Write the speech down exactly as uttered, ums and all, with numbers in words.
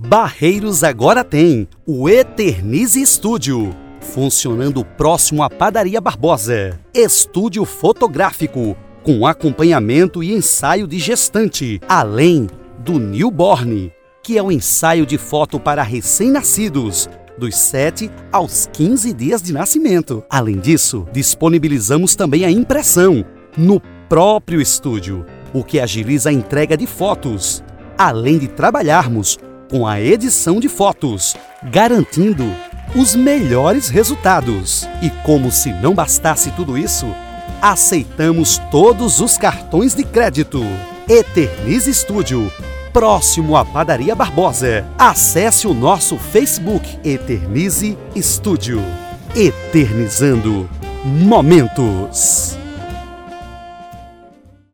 Barreiros agora tem o Eternize Estúdio, funcionando próximo à Padaria Barbosa. Estúdio fotográfico, com acompanhamento e ensaio de gestante, além do newborn, que é o ensaio de foto para recém-nascidos, dos sete aos quinze dias de nascimento. Além disso, disponibilizamos também a impressão no próprio estúdio, o que agiliza a entrega de fotos, além de trabalharmos com a edição de fotos, garantindo os melhores resultados. E como se não bastasse tudo isso, aceitamos todos os cartões de crédito. Eternize Estúdio, próximo à Padaria Barbosa. Acesse o nosso Facebook Eternize Estúdio. Eternizando momentos.